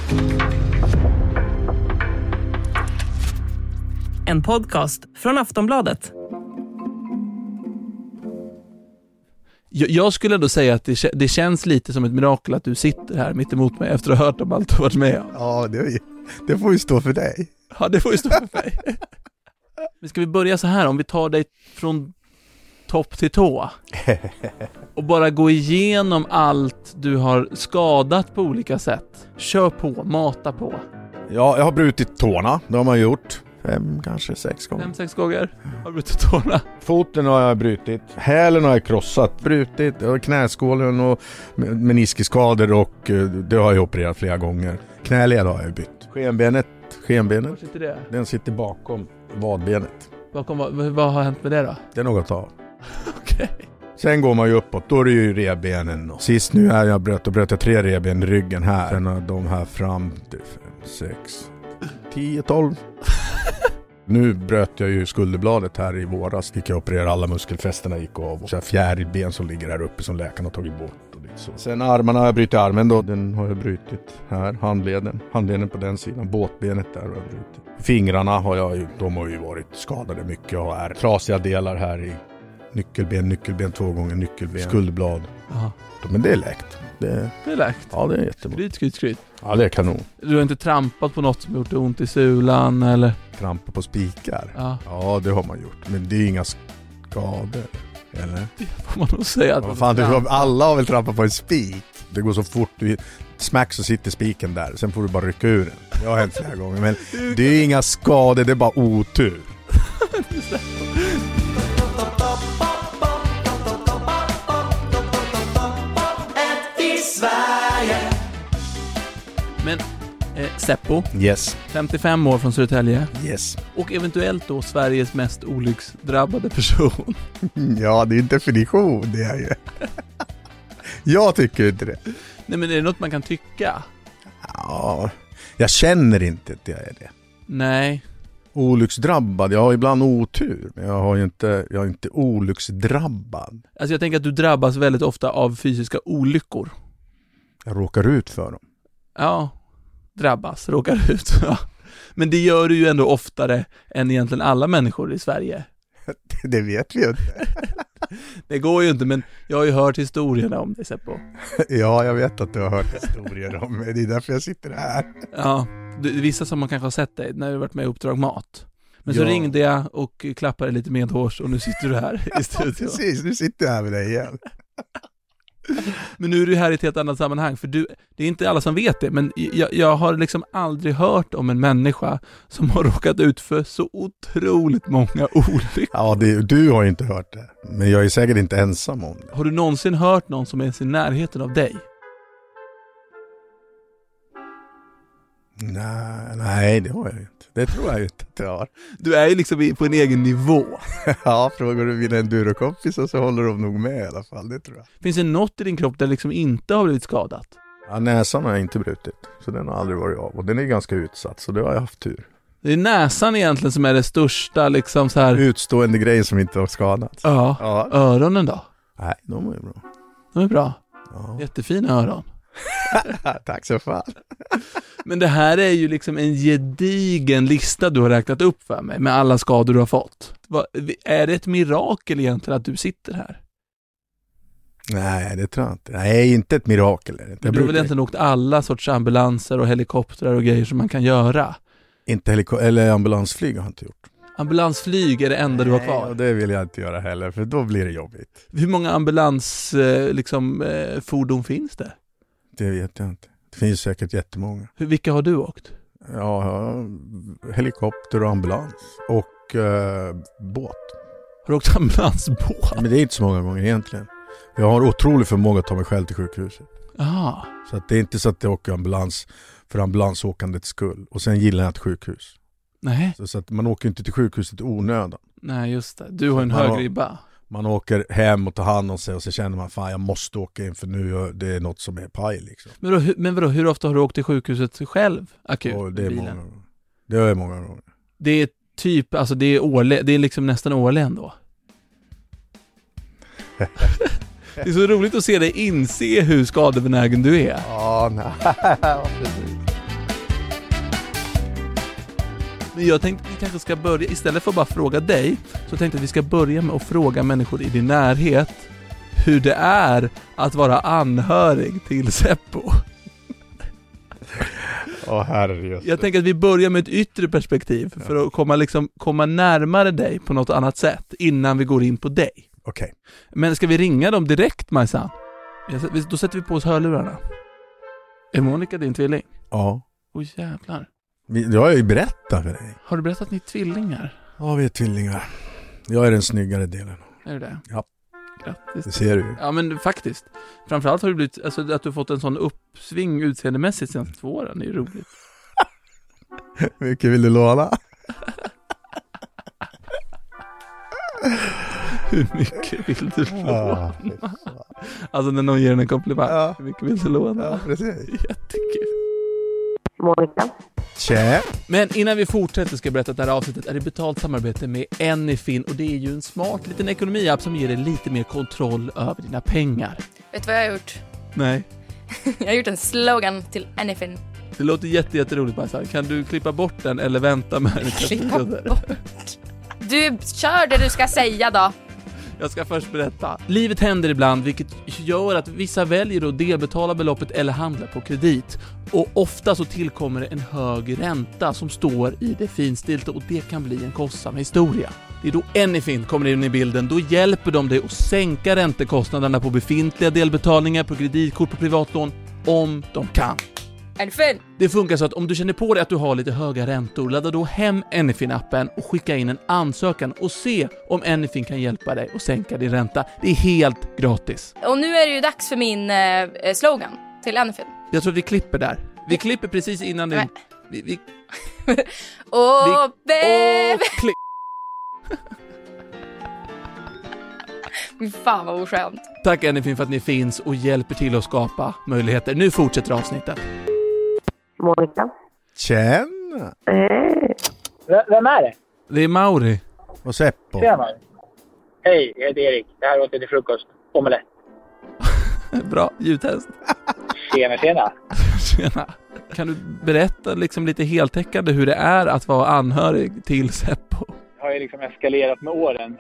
En podcast från Aftonbladet. Jag skulle ändå säga att det känns lite som ett mirakel att du sitter här mitt emot mig efter att ha hört om allt du varit med om. Ja, det får ju stå för dig. Ja, det får ju stå för mig. Men ska vi börja så här, om vi tar dig från topp till tå och bara gå igenom allt du har skadat på olika sätt. Kör på, mata på. Ja, jag har brutit tårna, det har man gjort. 5, kanske 6 gånger. 5-6 gånger har brutit tårna. Foten har jag brutit. Hälen har jag krossat. Brutit. Knäskålen och meniskeskador och det har jag opererat flera gånger. Knäled har jag bytt. Skenbenet. Var sitter det? Den sitter bakom vadbenet. Vad har hänt med det då? Det är något av. Okej. Sen går man ju uppåt, då är det ju revbenen. Sist nu är jag bröt jag 3 revben i ryggen här. Sen har de här fram till 5, 6, 10, 12. Nu bröt jag ju skulderbladet här i våras. Fick jag operera alla muskelfästena gick av. Och så här fjärilben som ligger här uppe som läkaren har tagit bort. Och lite så. Sen armarna har jag brutit armen då. Den har jag brutit här. Handleden på den sidan. Båtbenet där har jag brutit. Fingrarna har jag ju, de har ju varit skadade mycket. Jag har trasiga delar här i nyckelben 2 gånger nyckelben. Skuldblad. Aha. Men det är läkt. Det är läkt? Ja, det är jättebra. Skryt. Ja, det är kanon. Du har inte trampat på något som gjort ont i sulan eller? Trampa på spikar? Ja, det har man gjort. Men det är inga skador, eller? Det får man nog säga. Alla har väl trampat på en spik. Det går så fort. Smack så sitter spiken där. Sen får du bara rycka ur den. Det har hänt flera gånger. Men det är inga skador, det är bara otur. Men Seppo, yes. 55 år från Södertälje. Yes. Och eventuellt då Sveriges mest olycksdrabbade person. Ja, det är en definition, det är ju. Jag tycker inte det. Nej, men är det något man kan tycka? Ja, jag känner inte att jag är det. Nej. Olycksdrabbad, jag har ibland otur. Men jag är inte olycksdrabbad. Alltså jag tänker att du drabbas väldigt ofta av fysiska olyckor. Jag råkar ut för dem. Ja, råkar ut. Ja. Men det gör du ju ändå oftare än egentligen alla människor i Sverige. Det vet vi ju inte. Det går ju inte, men jag har ju hört historierna om det, Seppo. Ja, jag vet att du har hört historier om det. Det är därför jag sitter här. Ja, vissa som man kanske har sett dig när du varit med i Uppdrag Mat. Men så ringde jag och klappade lite medhårs och nu sitter du här i studion. Precis, nu sitter jag här med dig igen. Men nu är du här i ett helt annat sammanhang, för det är inte alla som vet det, men jag har liksom aldrig hört om en människa som har råkat ut för så otroligt många olyckor. Ja, du har ju inte hört det, men jag är säkert inte ensam om det. Har du någonsin hört någon som är i närheten av dig? Nej, det har jag inte. Det tror jag inte att jag har. Du är ju liksom på en egen nivå. Ja, frågar du mina endurokompisar så håller de nog med i alla fall, det tror jag. Finns det något i din kropp där liksom inte har blivit skadat? Ja, näsan har jag inte brutit, så den har aldrig varit av. Och den är ganska utsatt, så det har jag haft tur. Det är näsan egentligen som är det största liksom så här... utstående grejen som inte har skadats. Ja. Öronen då? Nej, de är bra. De är bra? Ja. Jättefina öron. Tack så fan. Men det här är ju liksom en gedigen lista du har räknat upp för mig med alla skador du har fått. Är det ett mirakel egentligen att du sitter här? Nej, det tror jag inte. Nej, inte ett mirakel. Du har väl egentligen åkt alla sorts ambulanser och helikoptrar och grejer som man kan göra? Inte eller ambulansflyg har jag inte gjort. Ambulansflyg är det enda du har kvar? Nej, det vill jag inte göra heller, för då blir det jobbigt. Hur många ambulansfordon finns det? Det vet jag inte. Det finns säkert jättemånga. Vilka har du åkt? Ja, helikopter och ambulans. Och båt. Har du åkt ambulansbåt? Men det är inte så många gånger egentligen. Jag har otrolig förmåga att ta mig själv till sjukhuset. Aha. Så att det är inte så att jag åker ambulans för ambulansåkandets skull. Och sen gillar jag ett sjukhus. Nej. Så att man åker inte till sjukhuset i onödan. Nej, just det. Du har en hög ribba. Man åker hem och tar hand om sig och så känner man fan jag måste åka in för nu det är något som är paj liksom. Men vadå, hur ofta har du åkt till sjukhuset själv? Akut? Det är många gånger. Det är många gånger. Det är typ, alltså det är liksom nästan årligen då. Det är så roligt att se dig inse hur skadebenägen du är. Ja, nej. Men jag tänkte att vi kanske ska börja, istället för att bara fråga dig, så tänkte jag att vi ska börja med att fråga människor i din närhet hur det är att vara anhörig till Seppo. Herregud. Jag tänker att vi börjar med ett yttre perspektiv för att komma närmare dig på något annat sätt innan vi går in på dig. Okej. Men ska vi ringa dem direkt, Majsan? Då sätter vi på oss hörlurarna. Är Monica din tvilling? Ja. Jävlar. Jag har ju berättat för dig. Har du berättat att ni är tvillingar? Ja, vi är tvillingar. Jag är den snyggare delen. Är det det? Ja. Grattis. Det ser du ju. Ja, men faktiskt. Framförallt har det blivit, alltså, att du fått en sån uppsving utseendemässigt sedan 2 åren. Det är ju roligt. Mycket vill du låna? Hur mycket vill du låna? Alltså när någon ger en komplimang. Ja. Hur mycket vill du låna? Ja, precis. Jättekul. Monica. Tjä. Men innan vi fortsätter ska jag berätta att det här avsnittet är i betalt samarbete med Anyfin. Och det är ju en smart liten ekonomiapp som ger dig lite mer kontroll över dina pengar. Vet du vad jag har gjort? Nej. Jag har gjort en slogan till Anyfin. Det låter jätteroligt, Majsan. Kan du klippa bort den eller vänta med den? Klippa bort. Du, kör det du ska säga då. Jag ska först berätta. Livet händer ibland, vilket gör att vissa väljer att delbetala beloppet eller handla på kredit. Och ofta så tillkommer det en hög ränta som står i det finstilta och det kan bli en kostsam historia. Det är då Anyfin kommer in i bilden. Då hjälper de dig att sänka räntekostnaderna på befintliga delbetalningar, på kreditkort, på privatlån, om de kan. Anyfin. Det funkar så att om du känner på dig att du har lite höga räntor, ladda då hem Anyfin-appen och skicka in en ansökan och se om Anyfin kan hjälpa dig att sänka din ränta. Det är helt gratis. Och nu är det ju dags för min slogan till Anyfin. Jag tror vi klipper där. Vi klipper precis innan det... Vi klipp. Fan vad oskönt. Tack Anyfin för att ni finns och hjälper till att skapa möjligheter. Nu fortsätter avsnittet. Monica. Tjena. Vem är det? Det är Mauri. Och Seppo. Tjena. Hej, jag heter Erik. Det här åt till frukost. Omelett. Bra, ljudtest. Tjena. Tjena. Kan du berätta liksom lite heltäckande hur det är att vara anhörig till Seppo? Det har ju liksom eskalerat med åren.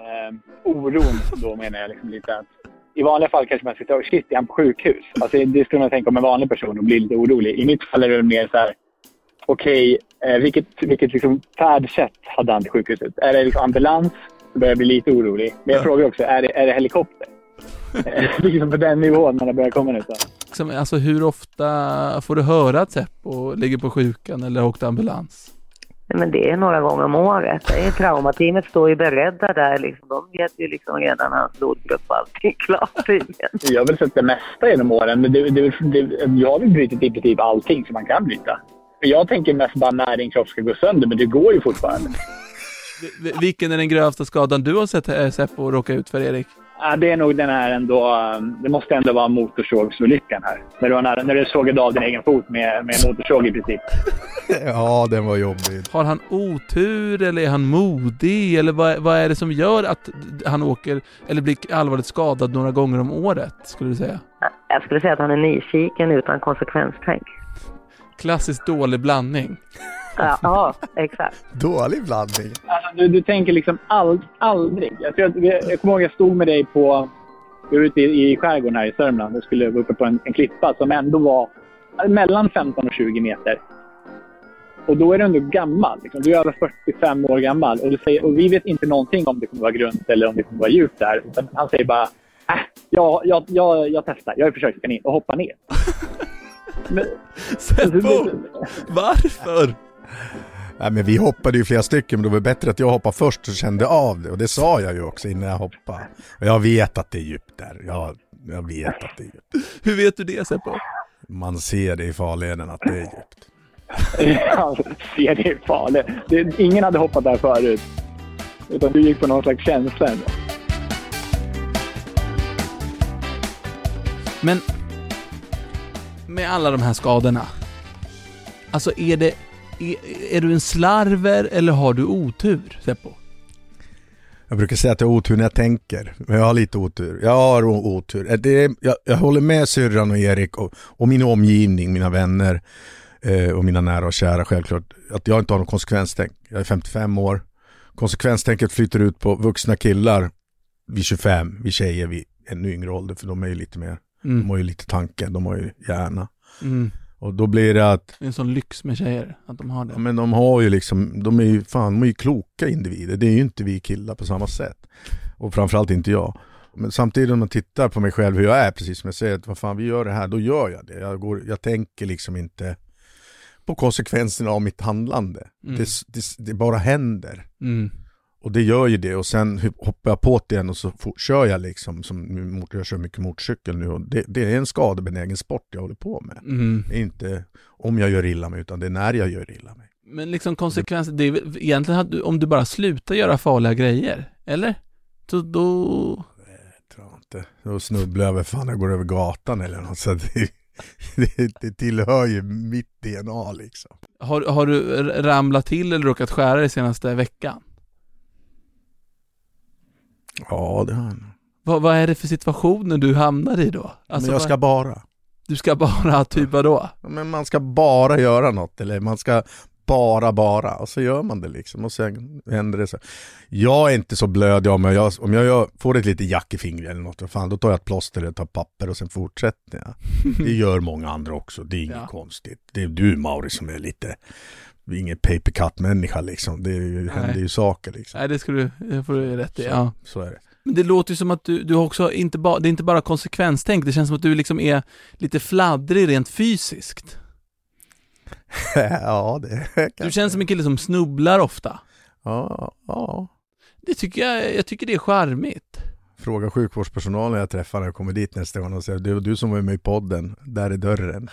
Oron då menar jag liksom lite att i vanliga fall kanske man sitter och shit, är han på sjukhus? Alltså det skulle man tänka om en vanlig person och bli lite orolig. I mitt fall är det mer så här, okej, vilket liksom färdsätt hade han till sjukhuset? Är det liksom ambulans? Så börjar jag bli lite orolig. Men jag frågar också, är det helikopter? Liksom på den nivån man har börjat komma nu. Så. Alltså hur ofta får du höra att Seppo ligger på sjukan eller åkt ambulans? Men det är några gånger om året. Det är traumateamet står ju beredda där. Liksom. De vet ju liksom redan hans blodgrupp och allting klart tydligen. Jag har väl sett det mesta genom åren. Men jag har väl brutit i princip allting som man kan bryta. Jag tänker mest bara när din kropp ska gå sönder. Men det går ju fortfarande. Vilken är den grövsta skadan du har sett Seppo råka ut för, Erik? Ja, det är nog den här ändå. Det måste ändå vara motorsågsolyckan här. När du sågade av din egen fot med motorsåg i princip. Ja, den var jobbig. Har han otur eller är han modig? Eller vad är det som gör att han åker eller blir allvarligt skadad några gånger om året, skulle du säga? Jag skulle säga att han är nyfiken utan konsekvenstänk. Klassiskt dålig blandning. Ja, exakt. Dålig blandning. Alltså, du tänker liksom aldrig. Jag kommer ihåg jag stod med dig på... Vi var ute i skärgården här i Sörmland och skulle vara uppe på en klippa som ändå var mellan 15 och 20 meter. Och då är du ändå gammal. Liksom. Du är över 45 år gammal. Och vi vet inte någonting om det kommer vara grunt eller om det kommer vara djupt där. Utan han säger bara, jag testar. Jag har försökt gå ner och hoppa ner. Seppo! Varför? Nej, men vi hoppade ju flera stycken, men det var bättre att jag hoppade först och kände av det. Och det sa jag ju också innan jag hoppade. Och jag vet att det är djupt där. Jag vet att det är djupt. Hur vet du det, Seppo? Man ser det i farleden att det är djupt. Ja, ser det i farleden. Ingen hade hoppat där förut. Utan du gick på någon slags känsla. Men med alla de här skadorna, alltså är du en slarver eller har du otur, Seppo? Jag brukar säga att jag har otur när jag tänker, men jag har lite otur. Jag har otur. Jag håller med syrran och Erik och min omgivning, mina vänner. och mina nära och kära självklart, att jag inte har någon konsekvenstänk. Jag är 55 år. Konsekvenstänket flyttar ut på vuxna killar vid 25, vid tjejer vid ännu yngre ålder, för de är ju lite mer, de har ju lite tanke, de har ju hjärna. Och då blir det att... Det är en sån lyx med tjejer, att de har det. Ja, men de har ju liksom, de är ju kloka individer. Det är ju inte vi killar på samma sätt. Och framförallt inte jag. Men samtidigt om man tittar på mig själv hur jag är, precis som jag säger, att vad fan vi gör det här, då gör jag det. Jag tänker liksom inte på konsekvenserna av mitt handlande. Det bara händer. Och det gör ju det. Och sen hoppar jag på det igen och så kör jag liksom, jag kör mycket motorcykel nu. Och det är en skadebenägen sport jag håller på med. Det är inte om jag gör illa mig, utan det är när jag gör illa mig. Men liksom konsekvenser, det är egentligen om du bara slutar göra farliga grejer, eller? Så då... Jag tror inte. Då snubblar jag fan jag går över gatan eller något. Så det tillhör ju mitt DNA liksom. Har du ramlat till eller råkat skära dig senaste veckan? Ja, det har jag. Vad är det för situationer du hamnar i då? Alltså, men jag ska bara. Du ska bara typ då? Ja, men man ska bara göra något. Eller man ska bara. Och så gör man det liksom. Och sen händer det så. Jag är inte så blöd. Om jag får ett litet jack i fingret eller något. Fan, då tar jag ett plåster eller tar papper och sen fortsätter jag. Det gör många andra också. Det är inget konstigt. Det är du, Mauri, som är lite... ingen paper cut-människa liksom. Det händer ju saker liksom. Nej, det får du rätt i. Ja. Så är det. Men det låter ju som att du också det är inte bara konsekvenstänk. Det känns som att du liksom är lite fladdrig rent fysiskt. Ja, det du känns som en kille som snubblar ofta. Ja. Det tycker jag tycker det är charmigt. Fråga sjukvårdspersonalen jag träffar när jag kommer dit nästa gång och säger det var du som var med i podden. Där är dörren.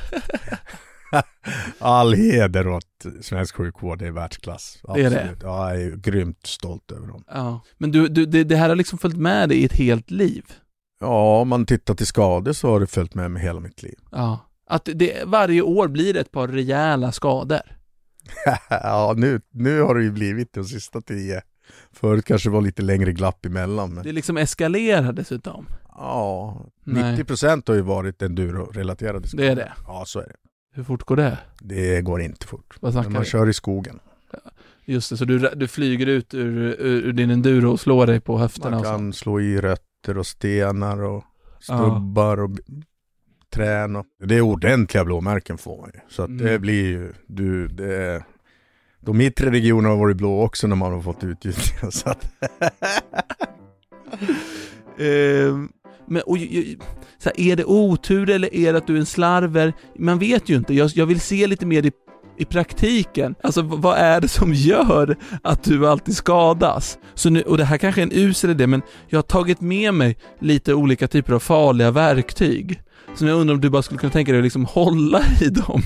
All heder åt svensk sjukvård, det är världsklass. Absolut. Det är det. Ja, jag är grymt stolt över dem. Ja. Men det här har liksom följt med dig i ett helt liv. Ja, om man tittar till skador så har det följt med mig hela mitt liv. Ja. Att varje år blir det ett par rejäla skador. Ja, nu har det ju blivit de sista 10. Förut kanske var lite längre glapp emellan. Men... Det liksom eskalerar dessutom. Ja, 90% har ju varit enduro-relaterade skador. Det är det? Ja, så är det. Hur fort går det? Det går inte fort. När man kör i skogen. Just det, så du flyger ut ur din enduro och slår dig på höfterna? Man kan slå i rötter och stenar och stubbar och trän. Det är ordentliga blåmärken får man ju. Så att det blir ju... De yttre regionerna har varit blå också när man har fått utgjutningar. Så att... Men så här, är det otur eller är det att du är en slarver? Man vet ju inte. Jag vill se lite mer i praktiken. Alltså vad är det som gör att du alltid skadas? Så nu, och det här kanske är en usel idé, men jag har tagit med mig lite olika typer av farliga verktyg. Så jag undrar om du bara skulle kunna tänka dig att liksom hålla i dem.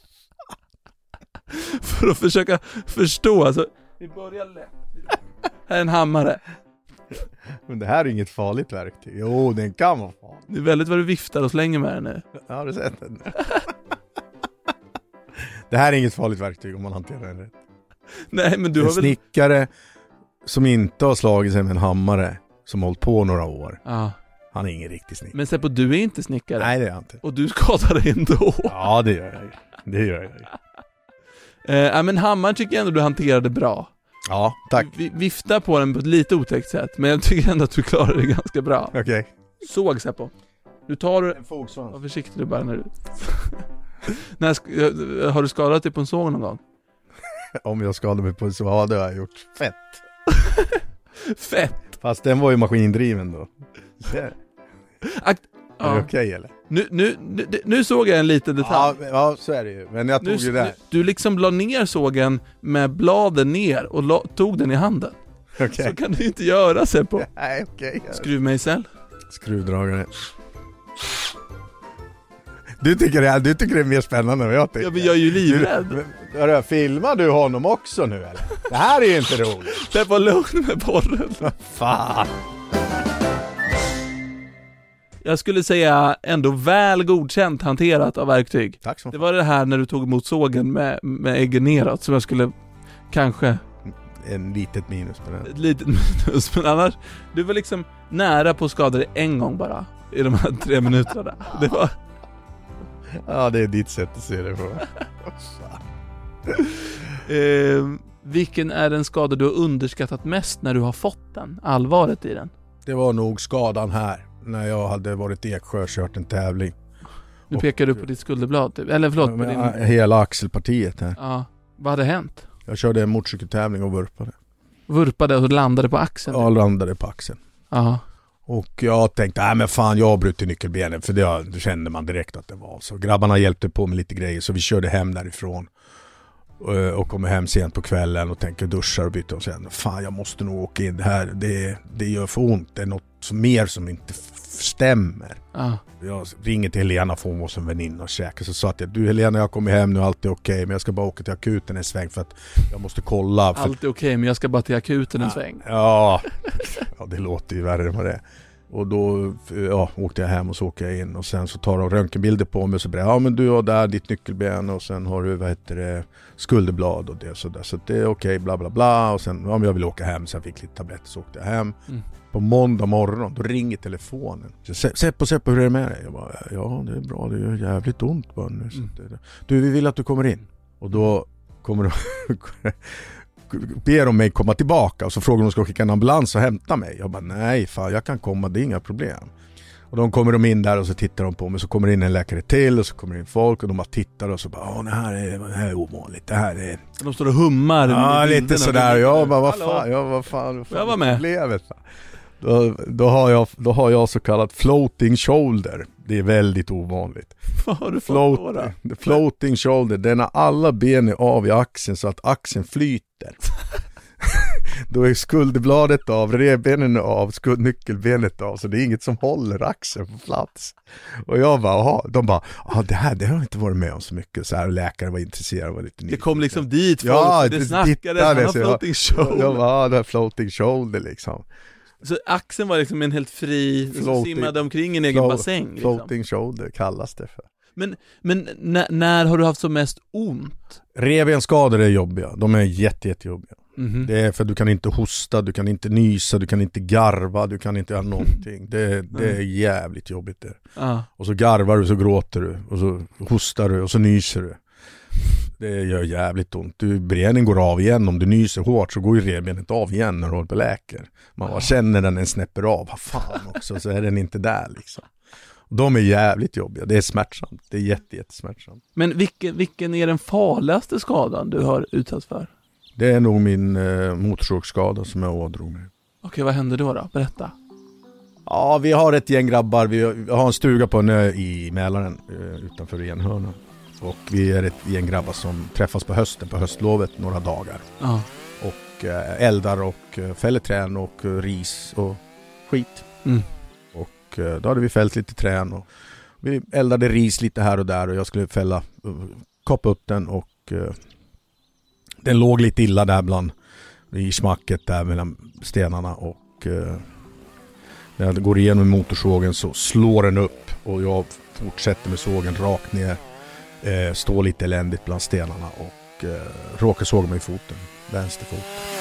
För att försöka förstå. Alltså, vi börjar lätt. Här är en hammare. Men det här är inget farligt verktyg. Jo, den kan vara farlig. Det är väldigt vad du viftar och slänger med den nu. Ja, har du sett den? Det här är inget farligt verktyg om man hanterar den rätt. Nej, men du har väl... snickare som inte har slagit sig med en hammare som har hållit på några år. Ja. Han är ingen riktig snickare. Men Seppo, du är inte snickare. Nej, det är jag inte. Och du skadar dig ändå. Ja, det gör jag. Det gör jag. Men hammaren tycker jag ändå du hanterade bra. Ja, tack. Vi viftar på den på ett lite otäckt sätt, men jag tycker ändå att du klarar det ganska bra. Okej. Okay. Såg Seppo. Du tar en fogsvans. Var försiktig du bara när du... Har du skadat dig på en såg någon gång? Om jag skadade mig på en såg, ja, det har jag gjort. Fett. Fett. Fast den var ju maskindriven då. Är det okej, eller? Nu såg jag en liten detalj. Ja, så är det ju. Men jag tog ju det. Du liksom la ner sågen med bladen ner och tog den i handen. Okay. Så kan du inte göra sig på. Nej, okej. Skruvmejsel. Skruvdragare. Du tycker det är mer spännande än vad jag tycker. Ja, men jag är ju livrädd. Filmar du honom också nu, eller? Det här är ju inte roligt. Det var lugn med porren. Fan. Jag skulle säga ändå väl godkänt hanterat av verktyg. Tack så. Det var det här när du tog emot sågen med äggen neråt som jag skulle kanske... En litet minus på det. Ett litet minus, men annars... Du var liksom nära på att skada dig en gång bara i de här 3 minuterna. Det var... Ja, det är ditt sätt att se det på. Vilken är den skada du har underskattat mest när du har fått den? Allvaret i den? Det var nog skadan här. När jag hade varit i Eksjö och kört en tävling. Nu pekar du på ditt skulderblad typ. Eller förlåt, på din... Hela axelpartiet här. Ja. Vad hade hänt? Jag körde en motorcykeltävling och vurpade. Vurpade och landade på axeln? Ja, landade på axeln. Ja. Och jag tänkte, men fan, jag har brutit nyckelbenet. För det kände man direkt att det var. Så grabbarna hjälpte på med lite grejer. Så vi körde hem därifrån. Och kommer hem sent på kvällen och tänker duschar och byter och sen fan, jag måste nog åka in. Det här, det gör för ont. Det är något mer som inte stämmer. Jag ringer till Helena, får hon som väninna och käka. Så sa att du Helena, jag kommer hem nu, allt är okej, men jag ska bara åka till akuten en sväng för att jag måste kolla. Allt är okej, men jag ska bara till akuten en sväng. Ja, det låter ju värre än vad det är. Och då åkte jag hem och så åker jag in och sen så tar de röntgenbilder på mig och så berättar men du har där ditt nyckelben och sen har du skulderblad och det sådär. Så det är okej, bla bla bla. Och sen jag vill åka hem, så jag fick lite tabletter så åkte jag hem. På måndag morgon, då ringer telefonen. Seppo, hur är det med dig? Jag bara, ja det är bra, det gör jävligt ont bara nu. Du, vi vill att du kommer in. Och då kommer de ber de mig komma tillbaka och så frågar de om de ska skicka en ambulans och hämta mig. Jag bara, nej fan, jag kan komma, det är inga problem. Och de kommer in där och så tittar de på mig, så kommer in en läkare till och så kommer in folk och de bara tittar och så bara, det här är ovanligt, det här är... De står och hummar. Ja, lite sådär. Jag bara, vad fan jag var med. Problemet? Då har jag så kallat floating shoulder. Det är väldigt ovanligt. Vad har du fått då? Floating shoulder, det är när alla ben är av i axeln så att axeln flyter. Då är skulderbladet av, revbenen av, nyckelbenet av, så det är inget som håller axeln på plats. Och jag bara, de bara, det har inte varit med om så mycket. Så här, läkare var intresserade, var lite det kom liksom dit folk, ja, det snackade, floating shoulder. Jag bara, det är floating shoulder liksom. Så axeln var liksom en helt fri, simmade omkring i en egen bassäng. Liksom. Floating shoulder kallas det för. Men när har du haft så mest ont? Revbensskador är jobbiga, de är jättejobbiga. Mm-hmm. Det är för du kan inte hosta, du kan inte nysa, du kan inte garva, du kan inte göra någonting. Det är jävligt jobbigt det. Och så garvar du, så gråter du, och så hostar du och så nyser du. Det gör jävligt ont. Benen går av igen. Om du nyser hårt så går ju revbenet av igen när du håller på läker. Man känner den snäpper av. Vad fan också, så är den inte där liksom. De är jävligt jobbiga. Det är smärtsamt. Det är jättesmärtsamt. Men vilken är den farligaste skadan du har utsatts för? Det är nog min motorsågsskada som jag ådrog mig. Okej, vad hände då? Berätta. Ja, vi har ett gäng grabbar. Vi har en stuga på en ö i Mälaren utanför Enhörna. Och vi är ett gäng grabbar som träffas på hösten, på höstlovet, några dagar. Och eldar och fäller trän och ris och skit. Och då hade vi fällt lite trän och vi eldade ris lite här och där och jag skulle kappa upp den och den låg lite illa där i smacket där mellan stenarna och när jag går igenom motorsågen så slår den upp och jag fortsätter med sågen rakt ner. Står lite eländigt bland stenarna och råkar såga mig i foten, vänsterfot.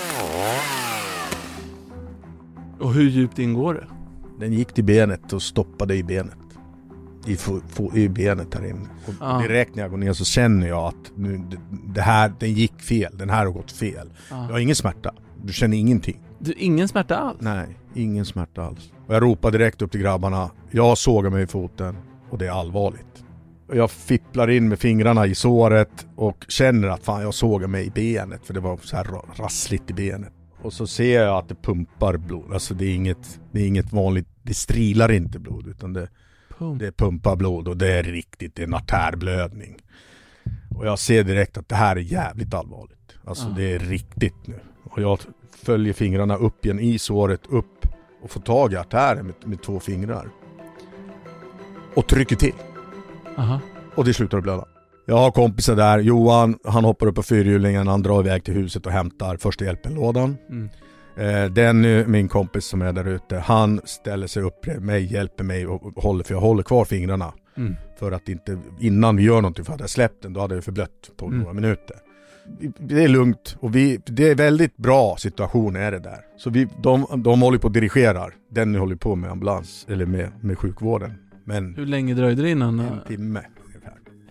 Och hur djupt ingår det? Den gick till benet och stoppade i benet. I benet här inne. Och direkt när jag går ner så känner jag att den gick fel. Den här har gått fel. Jag har ingen smärta. Du känner ingenting. Ingen smärta alls? Nej, ingen smärta alls. Och jag ropar direkt upp till grabbarna. Jag sågar mig i foten och det är allvarligt. Jag fipplar in med fingrarna i såret och känner att fan jag sågar mig i benet. För det var så här rassligt i benet. Och så ser jag att det pumpar blod. Alltså det är inget vanligt, det strilar inte blod utan det pumpar blod och det är en artärblödning. Och jag ser direkt att det här är jävligt allvarligt. Alltså det är riktigt nu. Och jag följer fingrarna upp igen i såret, upp och får tag i artären med 2 fingrar. Och trycker till. Och det slutar att blöda. Jag har kompisar där, Johan, han hoppar upp på fyrhjulingen, han drar iväg till huset och hämtar första hjälpen-lådan. Den min kompis som är där ute, han ställer sig upp med mig, hjälper mig och håller, för jag håller kvar fingrarna. För att inte, innan vi gör någonting, för att jag släppt den, då hade jag förblött på några minuter. Det är lugnt och det är väldigt bra situation är det där. Så de håller på och dirigerar. Den håller på med ambulans eller med sjukvården. Men hur länge dröjde det innan? En timme ungefär.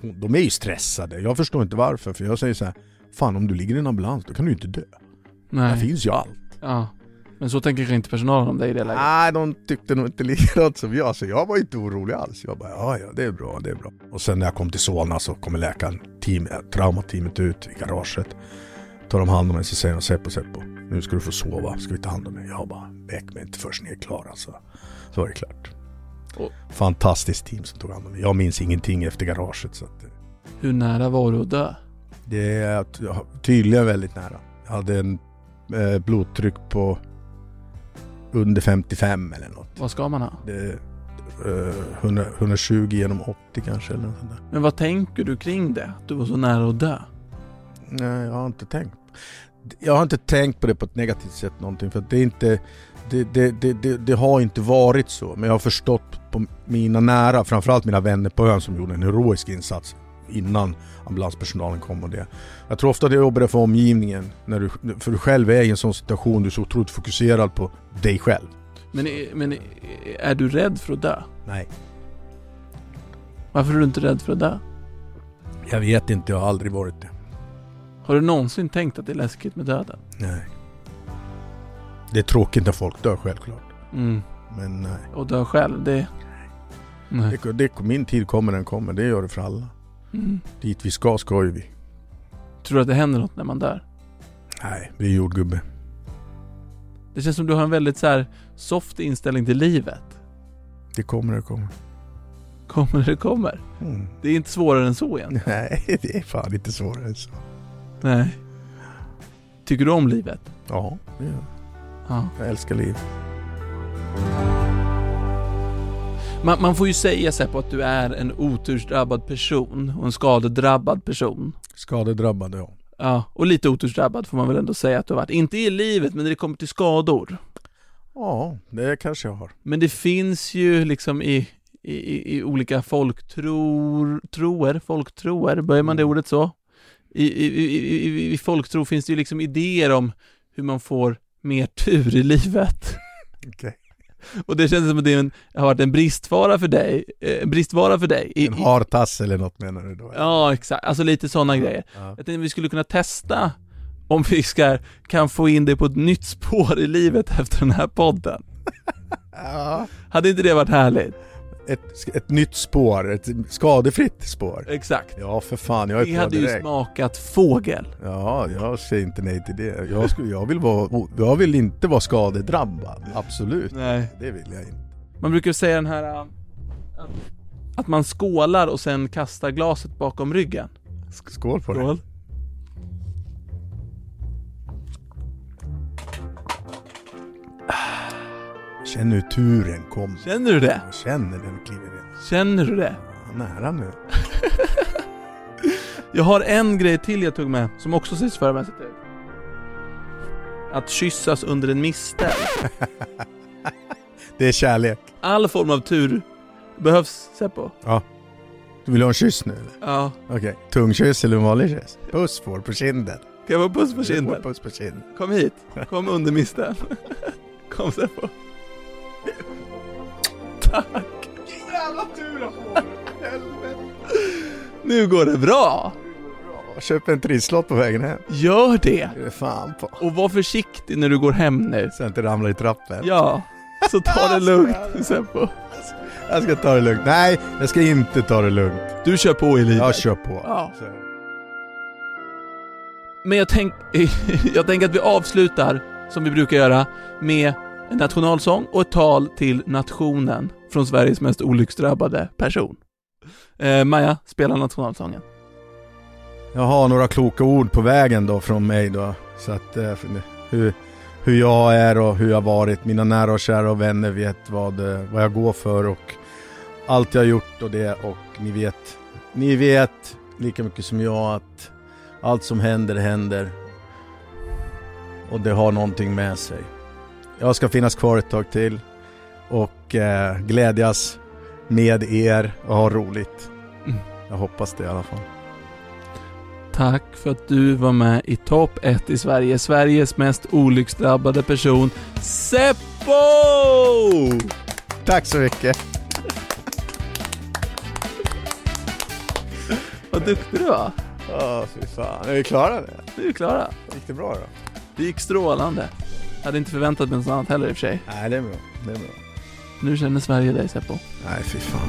de är ju stressade. Jag förstår inte varför. För jag säger så här, fan om du ligger i en ambulans då kan du inte dö. Nej. Det finns ju allt. Ja. Men så tänker kanske inte personalen om dig i det läget. Nej, de tyckte nog inte likadant som jag. Så jag var inte orolig alls. Jag bara, ja det är bra, det är bra. Och sen när jag kom till Solna så kommer läkaren, traumateamet ut i garaget. Tar de hand om mig så säger de, Seppo, nu ska du få sova. Ska vi ta hand om mig? Jag bara, väck mig inte först när jag är klar. Alltså. Så var det klart. Fantastiskt team som tog hand om mig. Jag minns ingenting efter garaget. Så att, Hur nära var du att dö? det är tydligen väldigt nära. Jag hade en blodtryck på under 55 eller något. Vad ska man ha? Det är 120 genom 80 kanske eller något sånt där. Men vad tänker du kring det? Du var så nära att dö. Nej, jag har inte tänkt på det på ett negativt sätt någonting, för att det är inte det har inte varit så, men jag har förstått på mina nära, framförallt mina vänner på ön som gjorde en heroisk insats innan ambulanspersonalen kom och det. Jag tror ofta det jobbar för omgivningen för du själv är i en sån situation, du är så otroligt fokuserad på dig själv. Men är du rädd för att dö? Nej. Varför är du inte rädd för att dö? Jag vet inte, jag har aldrig varit det. Har du någonsin tänkt att det är läskigt med döden? Nej. Det är tråkigt när folk dör, självklart. Mm. Men nej. Och dö själv, det... Nej. Min tid kommer, den kommer. Det gör det för alla. Mm. Dit vi ska ju vi. Tror du att det händer något när man dör? Nej, vi är jordgubbe. Det känns som du har en väldigt så här soft inställning till livet. Det kommer. Kommer. Mm. Det är inte svårare än så egentligen. Nej, det är fan inte svårare än så. Nej. Tycker du om livet? Ja, det gör jag. Ja. Jag älskar liv. Man får ju säga sig på att du är en otursdrabbad person och en skadedrabbad person. Skadedrabbad, ja. Ja, och lite otursdrabbad får man väl ändå säga att du har varit. Inte i livet, men när det kommer till skador. Ja, det kanske jag har. Men det finns ju liksom i olika folktroer, börjar man det ordet så? I folktro finns det ju liksom idéer om hur man får mer tur i livet. Okej. Och det känns som att det har varit en bristvara för dig. En hartass eller något menar du då? Ja, exakt. Alltså lite sådana grejer. Ja. Jag tänkte att vi skulle kunna testa om vi kan få in det på ett nytt spår i livet efter den här podden. Ja. Hade inte det varit härligt? Ett nytt spår, ett skadefritt spår. Exakt. Ja, för fan, jag är Det på hade direkt. ju smakat fågel. Ja, jag säger inte nej till det. Jag vill inte vara skadedrabbad. Absolut. Nej. Det vill jag inte. Man brukar ju säga den här att man skålar och sen kastar glaset bakom ryggen. Skål på det. Skål. Känner hur turen kom. Känner du det? Jag känner den kliver in. Känner du det? Ja, nära nu. Jag har en grej till jag tog med som också ses förmässigt ut. Att kyssas under en mistel. Det är kärlek. All form av tur behövs, Seppo. Ja. Du vill ha en kyss nu eller? Ja. Okej. Tungkyss eller en vanlig kyss? Puss får på kinden. Kan jag vara puss på kinden? Puss på kinden. Kom hit. Kom under misteln. Kom, Seppo. Tack. Jävla tur jag får. Nu går det bra. Köp en trisslott på vägen hem. Gör det. Det är fan på. Och var försiktig när du går hem nu. Så inte ramlar i trappen. Ja. Så ta det lugnt, Seppo. Jag ska ta det lugnt. Nej, jag ska inte ta det lugnt. Du kör på i livet. Jag kör på. Ja. Så. Men jag tänker att vi avslutar som vi brukar göra med en nationalsång och ett tal till nationen från Sveriges mest olycksdrabbade person. Maja, spela nationalsången. Jag har några kloka ord på vägen då från mig då. Så att hur jag är och hur jag varit. Mina nära och kära och vänner vet vad jag går för och allt jag har gjort och det. Och ni vet lika mycket som jag att allt som händer. Och det har någonting med sig. Jag ska finnas kvar ett tag till och glädjas med er och ha roligt. Jag hoppas det i alla fall. Tack för att du var med i topp 1 i Sverige. Sveriges mest olycksdrabbade person, Seppo! Tack så mycket. Vad duktig du var. Ja, fy fan. Är vi klara nu? Du är klara. Gick det bra då? Det gick strålande. Jag hade inte förväntat mig något annat heller i och för sig. Nej, det är bra. Det är bra. Nu känner Sverige dig, Seppo. Nej, fy fan.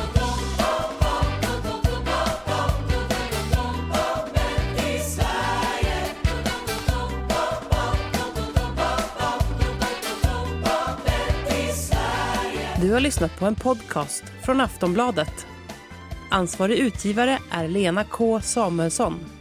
Du har lyssnat på en podcast från Aftonbladet. Ansvarig utgivare är Lena K. Samuelsson.